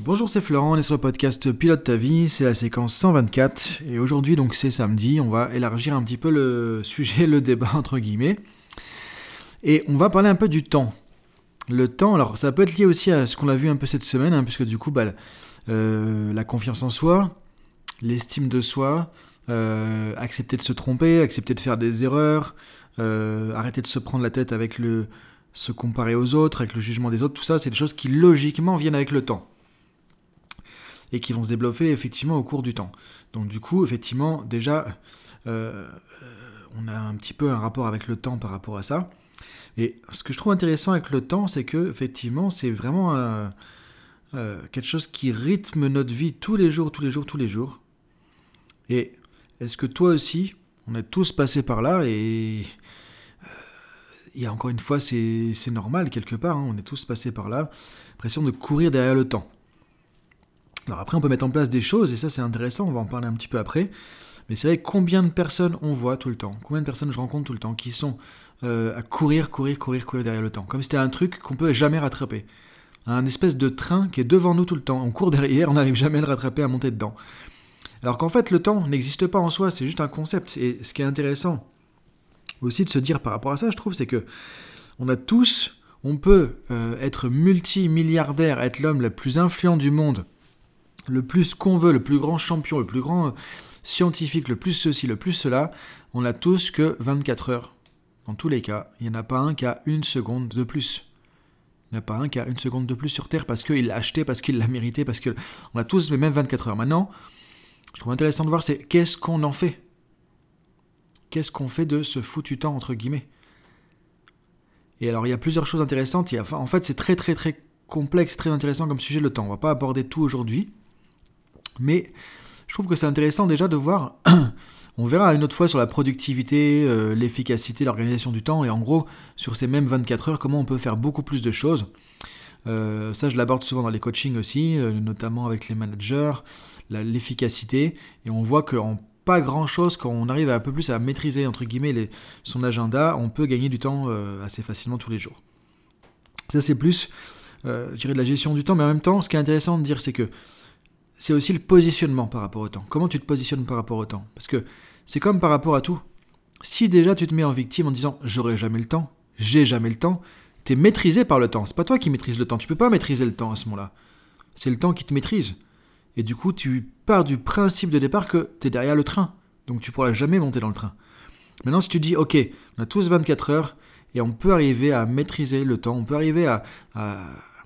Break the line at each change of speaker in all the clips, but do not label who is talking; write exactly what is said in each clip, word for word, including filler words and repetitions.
Bonjour, c'est Florent, on est sur le podcast Pilote ta vie, c'est la séquence cent vingt-quatre et aujourd'hui donc c'est samedi, on va élargir un petit peu le sujet, le débat entre guillemets et on va parler un peu du temps. Le temps, alors ça peut être lié aussi à ce qu'on a vu un peu cette semaine, hein, puisque du coup bah, euh, la confiance en soi, l'estime de soi, euh, accepter de se tromper, accepter de faire des erreurs, euh, arrêter de se prendre la tête avec le se comparer aux autres, avec le jugement des autres, tout ça c'est des choses qui logiquement viennent avec le temps. Et qui vont se développer effectivement au cours du temps. Donc du coup, effectivement, déjà, euh, on a un petit peu un rapport avec le temps par rapport à ça. Et ce que je trouve intéressant avec le temps, c'est que effectivement, c'est vraiment euh, euh, quelque chose qui rythme notre vie tous les jours, tous les jours, tous les jours. Et est-ce que toi aussi, on est tous passés par là et il y a encore une fois, c'est, c'est normal quelque part, hein, on est tous passés par là, l'impression de courir derrière le temps. Alors après, on peut mettre en place des choses, et ça c'est intéressant, on va en parler un petit peu après. Mais c'est vrai, combien de personnes on voit tout le temps, combien de personnes je rencontre tout le temps, qui sont euh, à courir, courir, courir, courir derrière le temps. Comme si c'était un truc qu'on peut jamais rattraper. Un espèce de train qui est devant nous tout le temps. On court derrière, on n'arrive jamais à le rattraper, à monter dedans. Alors qu'en fait, le temps n'existe pas en soi, c'est juste un concept. Et ce qui est intéressant aussi de se dire par rapport à ça, je trouve, c'est que on a tous, on peut euh, être multimilliardaire, être l'homme le plus influent du monde, le plus qu'on veut, le plus grand champion, le plus grand scientifique, le plus ceci, le plus cela, on n'a tous que vingt-quatre heures. Dans tous les cas, il n'y en a pas un qui a une seconde de plus. Il n'y en a pas un qui a une seconde de plus sur Terre parce qu'il l'a acheté, parce qu'il l'a mérité, parce qu'on a tous les mêmes vingt-quatre heures. Maintenant, je trouve intéressant de voir, c'est qu'est-ce qu'on en fait ? Qu'est-ce qu'on fait de ce foutu temps, entre guillemets ? Et alors, il y a plusieurs choses intéressantes. Il y a, enfin, en fait, c'est très, très, très complexe, très intéressant comme sujet, le temps. On ne va pas aborder tout aujourd'hui. Mais je trouve que c'est intéressant déjà de voir, on verra une autre fois sur la productivité, euh, l'efficacité, l'organisation du temps, et en gros, sur ces mêmes vingt-quatre heures, comment on peut faire beaucoup plus de choses. Euh, ça, je l'aborde souvent dans les coachings aussi, euh, notamment avec les managers, la, l'efficacité, et on voit qu'en pas grand-chose, quand on arrive un peu plus à maîtriser, entre guillemets, les, son agenda, on peut gagner du temps euh, assez facilement tous les jours. Ça, c'est plus, euh, je dirais, de la gestion du temps, mais en même temps, ce qui est intéressant de dire, c'est que c'est aussi le positionnement par rapport au temps. Comment tu te positionnes par rapport au temps ? Parce que c'est comme par rapport à tout. Si déjà tu te mets en victime en disant « j'aurai jamais le temps, j'ai jamais le temps », t'es maîtrisé par le temps. C'est pas toi qui maîtrises le temps. Tu peux pas maîtriser le temps à ce moment-là. C'est le temps qui te maîtrise. Et du coup, tu pars du principe de départ que t'es derrière le train. Donc tu pourras jamais monter dans le train. Maintenant, si tu dis « ok, on a tous vingt-quatre heures et on peut arriver à maîtriser le temps, on peut arriver à... à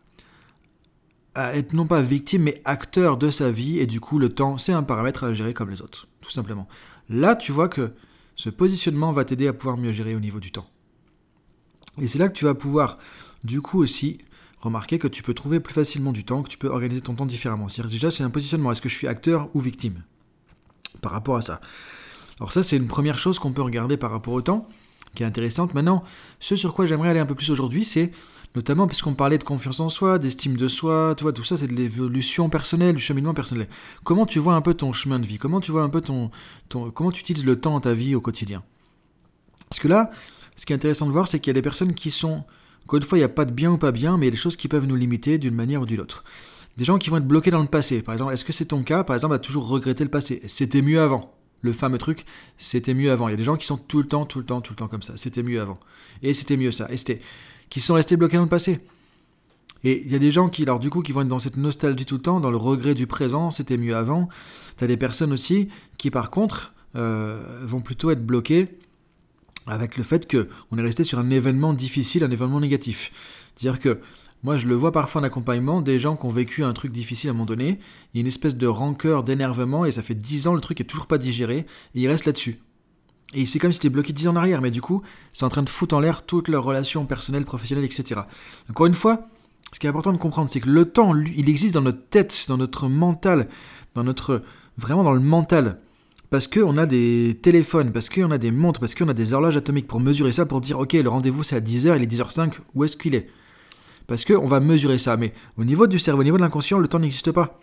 à être non pas victime, mais acteur de sa vie, et du coup, le temps, c'est un paramètre à gérer comme les autres, tout simplement. Là, tu vois que ce positionnement va t'aider à pouvoir mieux gérer au niveau du temps. Et c'est là que tu vas pouvoir, du coup aussi, remarquer que tu peux trouver plus facilement du temps, que tu peux organiser ton temps différemment. C'est-à-dire déjà, c'est un positionnement, est-ce que je suis acteur ou victime par rapport à ça ? Alors ça, c'est une première chose qu'on peut regarder par rapport au temps, qui est intéressante. Maintenant, ce sur quoi j'aimerais aller un peu plus aujourd'hui, c'est notamment puisqu'on parlait de confiance en soi, d'estime de soi, tu vois, tout ça c'est de l'évolution personnelle, du cheminement personnel. Comment tu vois un peu ton chemin de vie ? Comment tu vois un peu ton, ton comment tu utilises le temps dans ta vie au quotidien ? Parce que là, ce qui est intéressant de voir, c'est qu'il y a des personnes qui sont, encore une fois, il n'y a pas de bien ou pas bien, mais il y a des choses qui peuvent nous limiter d'une manière ou d'une autre. Des gens qui vont être bloqués dans le passé. Par exemple, est-ce que c'est ton cas ? Par exemple, à toujours regretter le passé. C'était mieux avant. Le fameux truc, c'était mieux avant. Il y a des gens qui sont tout le temps, tout le temps, tout le temps comme ça. C'était mieux avant. Et c'était mieux ça. Et c'était... qui sont restés bloqués dans le passé. Et il y a des gens qui, alors du coup, qui vont être dans cette nostalgie tout le temps, dans le regret du présent, c'était mieux avant. Tu as des personnes aussi qui, par contre, euh, vont plutôt être bloquées avec le fait qu'on est resté sur un événement difficile, un événement négatif. C'est-à-dire que, moi je le vois parfois en accompagnement, des gens qui ont vécu un truc difficile à un moment donné, il y a une espèce de rancœur, d'énervement, et ça fait dix ans, le truc est toujours pas digéré, et ils restent là-dessus. Et c'est comme si c'était bloqué dix ans en arrière, mais du coup, c'est en train de foutre en l'air toutes leurs relations personnelles, professionnelles, et cetera. Encore une fois, ce qui est important de comprendre, c'est que le temps, lui, il existe dans notre tête, dans notre mental, dans notre, vraiment dans le mental. Parce qu'on a des téléphones, parce qu'on a des montres, parce qu'on a des horloges atomiques pour mesurer ça, pour dire, ok, le rendez-vous c'est à dix heures, il est dix heures cinq, où est-ce qu'il est ? Parce qu'on va mesurer ça. Mais au niveau du cerveau, au niveau de l'inconscient, le temps n'existe pas.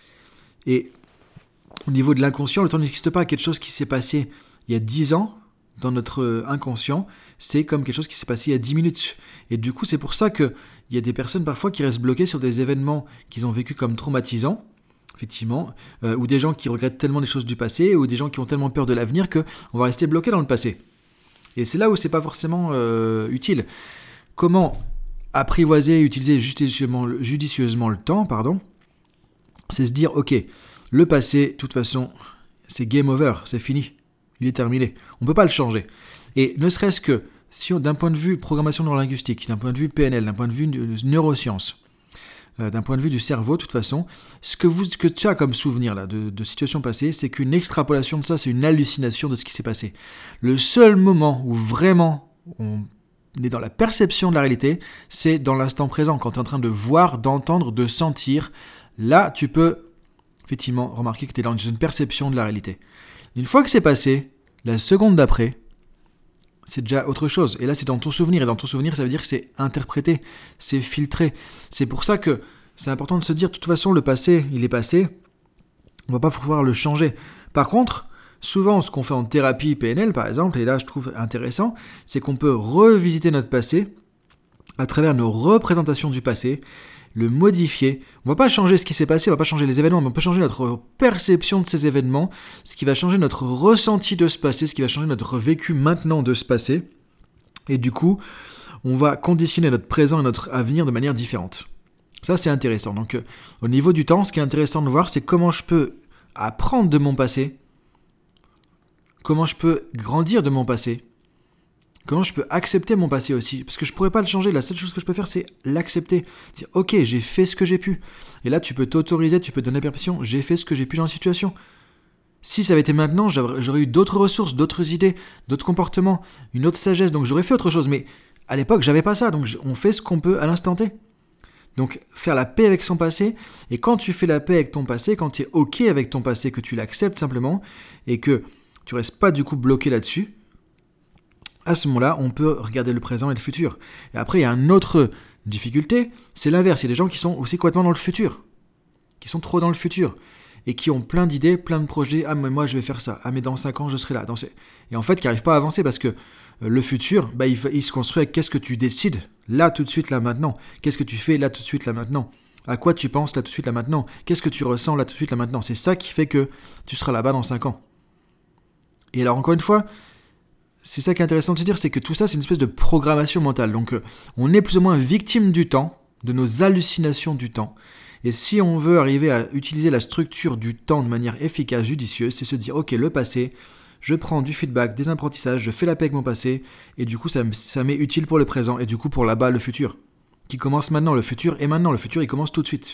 Et au niveau de l'inconscient, le temps n'existe pas. Quelque chose qui s'est passé il y a dix ans, dans notre inconscient, c'est comme quelque chose qui s'est passé il y a dix minutes. Et du coup, c'est pour ça qu'il y a des personnes parfois qui restent bloquées sur des événements qu'ils ont vécu comme traumatisants, effectivement, euh, ou des gens qui regrettent tellement des choses du passé, ou des gens qui ont tellement peur de l'avenir qu'on va rester bloqué dans le passé. Et c'est là où c'est pas forcément euh, utile. Comment apprivoiser et utiliser judicieusement, judicieusement le temps, pardon, c'est se dire, ok, le passé, de toute façon, c'est game over, c'est fini, il est terminé. On ne peut pas le changer. Et ne serait-ce que, si on, d'un point de vue programmation neurolinguistique, d'un point de vue P N L, d'un point de vue neurosciences, euh, d'un point de vue du cerveau, de toute façon, ce que, vous, ce que tu as comme souvenir là, de, de situations passées, c'est qu'une extrapolation de ça, c'est une hallucination de ce qui s'est passé. Le seul moment où vraiment on est dans la perception de la réalité, c'est dans l'instant présent, quand tu es en train de voir, d'entendre, de sentir. Là, tu peux effectivement remarquer que tu es dans une perception de la réalité. Une fois que c'est passé, la seconde d'après, c'est déjà autre chose. Et là, c'est dans ton souvenir. Et dans ton souvenir, ça veut dire que c'est interprété, c'est filtré. C'est pour ça que c'est important de se dire, de toute façon, le passé, il est passé. On ne va pas pouvoir le changer. Par contre, souvent, ce qu'on fait en thérapie P N L, par exemple, et là, je trouve intéressant, c'est qu'on peut revisiter notre passé à travers nos représentations du passé, le modifier. On ne va pas changer ce qui s'est passé, on ne va pas changer les événements, mais on peut changer notre perception de ces événements, ce qui va changer notre ressenti de ce passé, ce qui va changer notre vécu maintenant de ce passé. Et du coup, on va conditionner notre présent et notre avenir de manière différente. Ça, c'est intéressant. Donc, euh, au niveau du temps, ce qui est intéressant de voir, c'est comment je peux apprendre de mon passé, comment je peux grandir de mon passé, comment je peux accepter mon passé aussi. Parce que je ne pourrais pas le changer. La seule chose que je peux faire, c'est l'accepter. Dire, ok, j'ai fait ce que j'ai pu. Et là, tu peux t'autoriser, tu peux te donner permission. J'ai fait ce que j'ai pu dans la situation. Si ça avait été maintenant, j'aurais eu d'autres ressources, d'autres idées, d'autres comportements, une autre sagesse. Donc, j'aurais fait autre chose. Mais à l'époque, j'avais pas ça. Donc, on fait ce qu'on peut à l'instant T. Donc, faire la paix avec son passé. Et quand tu fais la paix avec ton passé, quand tu es ok avec ton passé, que tu l'acceptes simplement, et que tu restes pas du coup bloqué là-dessus, à ce moment-là, on peut regarder le présent et le futur. Et après, il y a une autre difficulté, c'est l'inverse. Il y a des gens qui sont aussi complètement dans le futur, qui sont trop dans le futur, et qui ont plein d'idées, plein de projets. Ah, mais moi, je vais faire ça. Ah, mais dans cinq ans, je serai là. Dans ces... Et en fait, qui n'arrivent pas à avancer parce que le futur, bah, il, il se construit avec qu'est-ce que tu décides, là, tout de suite, là, maintenant. Qu'est-ce que tu fais, là, tout de suite, là, maintenant. À quoi tu penses, là, tout de suite, là, maintenant. Qu'est-ce que tu ressens, là, tout de suite, là, maintenant. C'est ça qui fait que tu seras là-bas dans cinq ans. Et alors, encore une fois, c'est ça qui est intéressant de se dire, c'est que tout ça, c'est une espèce de programmation mentale. Donc, euh, on est plus ou moins victime du temps, de nos hallucinations du temps. Et si on veut arriver à utiliser la structure du temps de manière efficace, judicieuse, c'est se dire, ok, le passé, je prends du feedback, des apprentissages, je fais la paix avec mon passé, et du coup, ça, ça m'est utile pour le présent, et du coup, pour là-bas, le futur, qui commence maintenant. Le futur est maintenant, le futur, il commence tout de suite.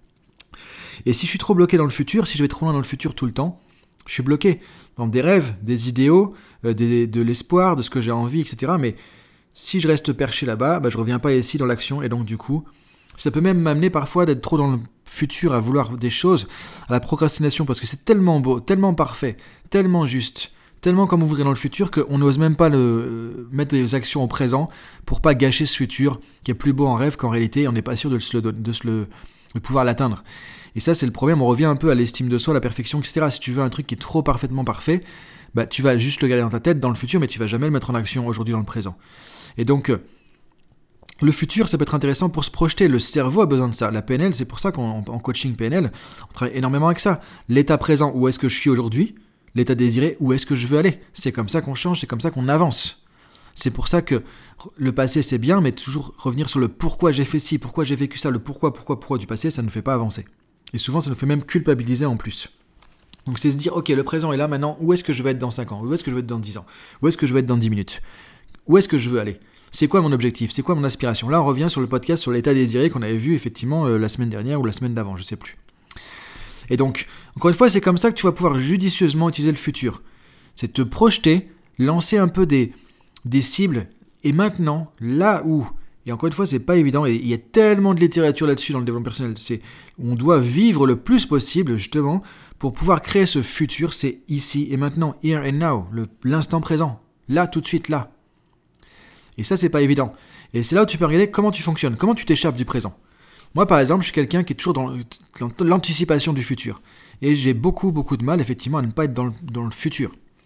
Et si je suis trop bloqué dans le futur, si je vais trop loin dans le futur tout le temps, je suis bloqué dans des rêves, des idéaux, euh, des, de l'espoir, de ce que j'ai envie, et cetera. Mais si je reste perché là-bas, bah, je ne reviens pas ici dans l'action. Et donc du coup, ça peut même m'amener parfois d'être trop dans le futur, à vouloir des choses, à la procrastination, parce que c'est tellement beau, tellement parfait, tellement juste, tellement comme ouvrir dans le futur qu'on n'ose même pas le, euh, mettre les actions au présent pour pas gâcher ce futur qui est plus beau en rêve qu'en réalité, on n'est pas sûr de, se le, de, se le, de pouvoir l'atteindre. Et ça, c'est le problème, on revient un peu à l'estime de soi, la perfection, et cetera. Si tu veux un truc qui est trop parfaitement parfait, bah, tu vas juste le garder dans ta tête, dans le futur, mais tu vas jamais le mettre en action aujourd'hui dans le présent. Et donc, euh, le futur, ça peut être intéressant pour se projeter. Le cerveau a besoin de ça. La P N L, c'est pour ça qu'en en coaching P N L, on travaille énormément avec ça. L'état présent, où est-ce que je suis aujourd'hui ? L'état désiré, où est-ce que je veux aller ? C'est comme ça qu'on change, c'est comme ça qu'on avance. C'est pour ça que le passé, c'est bien, mais toujours revenir sur le pourquoi j'ai fait ci, pourquoi j'ai vécu ça, le pourquoi, pourquoi, pourquoi du passé, ça ne fait pas avancer. Et souvent, ça nous fait même culpabiliser en plus. Donc, c'est se dire, ok, le présent est là maintenant, où est-ce que je vais être dans cinq ans ? Où est-ce que je vais être dans dix ans ? Où est-ce que je vais être dans dix minutes ? Où est-ce que je veux aller ? C'est quoi mon objectif ? C'est quoi mon aspiration ? Là, on revient sur le podcast sur l'état désiré qu'on avait vu effectivement euh, la semaine dernière ou la semaine d'avant, je ne sais plus. Et donc, encore une fois, c'est comme ça que tu vas pouvoir judicieusement utiliser le futur. C'est te projeter, lancer un peu des, des cibles, et maintenant, là où... Et encore une fois, c'est pas évident, et il y a tellement de littérature là-dessus dans le développement personnel. C'est, on doit vivre le plus possible, justement, pour pouvoir créer ce futur, c'est ici et maintenant, here and now, le, l'instant présent, là, tout de suite, là. Et ça, c'est pas évident. Et c'est là où tu peux regarder comment tu fonctionnes, comment tu t'échappes du présent. Moi, par exemple, je suis quelqu'un qui est toujours dans l'anticipation du futur. Et j'ai beaucoup, beaucoup de mal, effectivement, à ne pas être dans le, dans le futur.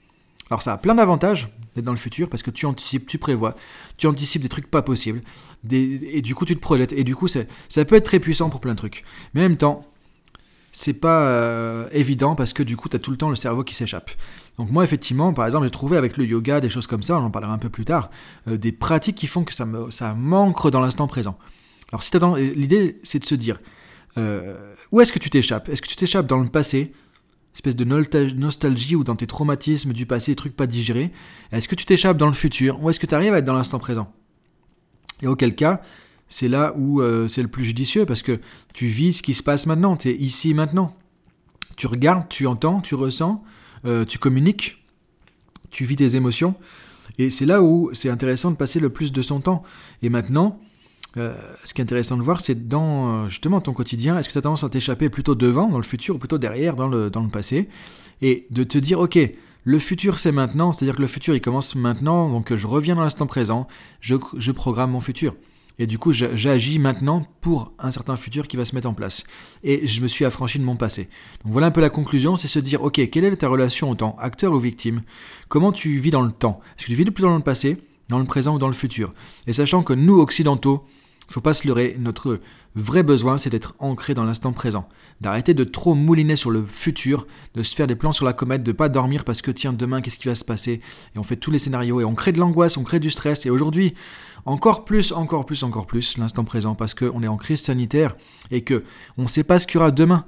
Alors ça a plein d'avantages d'être dans le futur parce que tu anticipes, tu prévois, tu anticipes des trucs pas possibles des, et du coup tu te projettes et du coup c'est, ça peut être très puissant pour plein de trucs. Mais en même temps, c'est pas euh, évident parce que du coup tu as tout le temps le cerveau qui s'échappe. Donc moi effectivement, par exemple, j'ai trouvé avec le yoga des choses comme ça, on en parlera un peu plus tard, euh, des pratiques qui font que ça, me, ça m'ancre dans l'instant présent. Alors si t'attends, l'idée c'est de se dire, euh, où est-ce que tu t'échappes ? Est-ce que tu t'échappes dans le passé ? Espèce de nostalgie ou dans tes traumatismes du passé, trucs pas digérés. Est-ce que tu t'échappes dans le futur ou est-ce que tu arrives à être dans l'instant présent ? Et auquel cas, c'est là où euh, c'est le plus judicieux parce que tu vis ce qui se passe maintenant, tu es ici maintenant. Tu regardes, tu entends, tu ressens, euh, tu communiques, tu vis tes émotions. Et c'est là où c'est intéressant de passer le plus de son temps. Et maintenant, Euh, ce qui est intéressant de voir, c'est dans justement ton quotidien, est-ce que tu as tendance à t'échapper plutôt devant, dans le futur, ou plutôt derrière, dans le, dans le passé, et de te dire, ok, le futur c'est maintenant, c'est-à-dire que le futur il commence maintenant, donc je reviens dans l'instant présent, je, je programme mon futur. Et du coup, j'agis maintenant pour un certain futur qui va se mettre en place. Et je me suis affranchi de mon passé. Donc voilà un peu la conclusion, c'est se dire, ok, quelle est ta relation en tant acteur ou victime ? Comment tu vis dans le temps ? Est-ce que tu vis plutôt dans le passé, dans le présent ou dans le futur ? Et sachant que nous, occidentaux, il ne faut pas se leurrer, notre vrai besoin, c'est d'être ancré dans l'instant présent. D'arrêter de trop mouliner sur le futur, de se faire des plans sur la comète, de ne pas dormir parce que tiens, demain, qu'est-ce qui va se passer ? Et on fait tous les scénarios et on crée de l'angoisse, on crée du stress. Et aujourd'hui, encore plus, encore plus, encore plus, l'instant présent, parce qu'on est en crise sanitaire et qu'on ne sait pas ce qu'il y aura demain.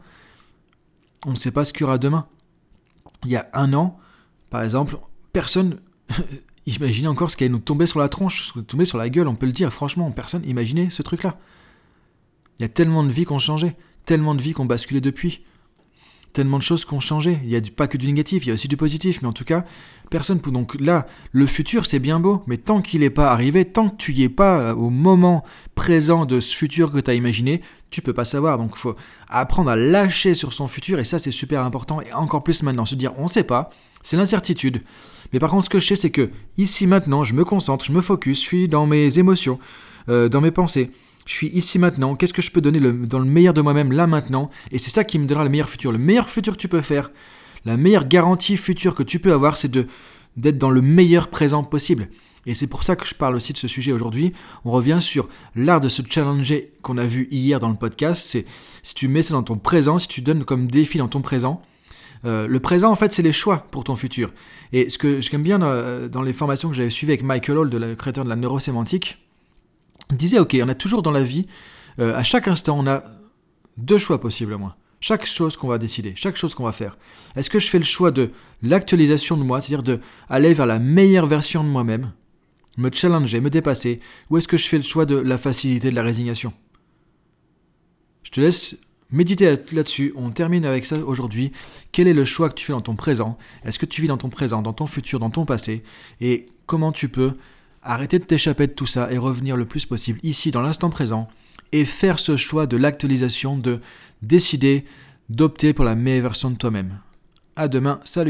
On ne sait pas ce qu'il y aura demain. Il y a un an, par exemple, personne... Imaginez encore ce qui allait nous tomber sur la tronche, nous tomber sur la gueule, on peut le dire, franchement, personne imaginait ce truc-là. Il y a tellement de vies qui ont changé, tellement de vies qui ont basculé depuis, tellement de choses qui ont changé. Il n'y a pas que du négatif, il y a aussi du positif, mais en tout cas, personne peut. Donc là, le futur, c'est bien beau, mais tant qu'il n'est pas arrivé, tant que tu n'y es pas au moment présent de ce futur que tu as imaginé, tu ne peux pas savoir. Donc il faut apprendre à lâcher sur son futur, et ça, c'est super important, et encore plus maintenant, se dire, on ne sait pas, c'est l'incertitude. Mais par contre, ce que je sais, c'est que ici, maintenant, je me concentre, je me focus, je suis dans mes émotions, euh, dans mes pensées. Je suis ici, maintenant. Qu'est-ce que je peux donner le, dans le meilleur de moi-même, là, maintenant ? Et c'est ça qui me donnera le meilleur futur. Le meilleur futur que tu peux faire, la meilleure garantie future que tu peux avoir, c'est de, d'être dans le meilleur présent possible. Et c'est pour ça que je parle aussi de ce sujet aujourd'hui. On revient sur l'art de se challenger qu'on a vu hier dans le podcast. C'est si tu mets ça dans ton présent, si tu donnes comme défi dans ton présent, Euh, le présent, en fait, c'est les choix pour ton futur. Et ce que j'aime bien dans, dans les formations que j'avais suivies avec Michael Hall, le créateur de la neurosémantique, il disait, ok, on a toujours dans la vie, euh, à chaque instant, on a deux choix possibles, moins. Chaque chose qu'on va décider, chaque chose qu'on va faire. Est-ce que je fais le choix de l'actualisation de moi, c'est-à-dire d'aller vers la meilleure version de moi-même, me challenger, me dépasser, ou est-ce que je fais le choix de la facilité, de la résignation ? Je te laisse méditer là-dessus, on termine avec ça aujourd'hui. Quel est le choix que tu fais dans ton présent ? Est-ce que tu vis dans ton présent, dans ton futur, dans ton passé ? Et comment tu peux arrêter de t'échapper de tout ça et revenir le plus possible ici, dans l'instant présent, et faire ce choix de l'actualisation, de décider, d'opter pour la meilleure version de toi-même. À demain, salut !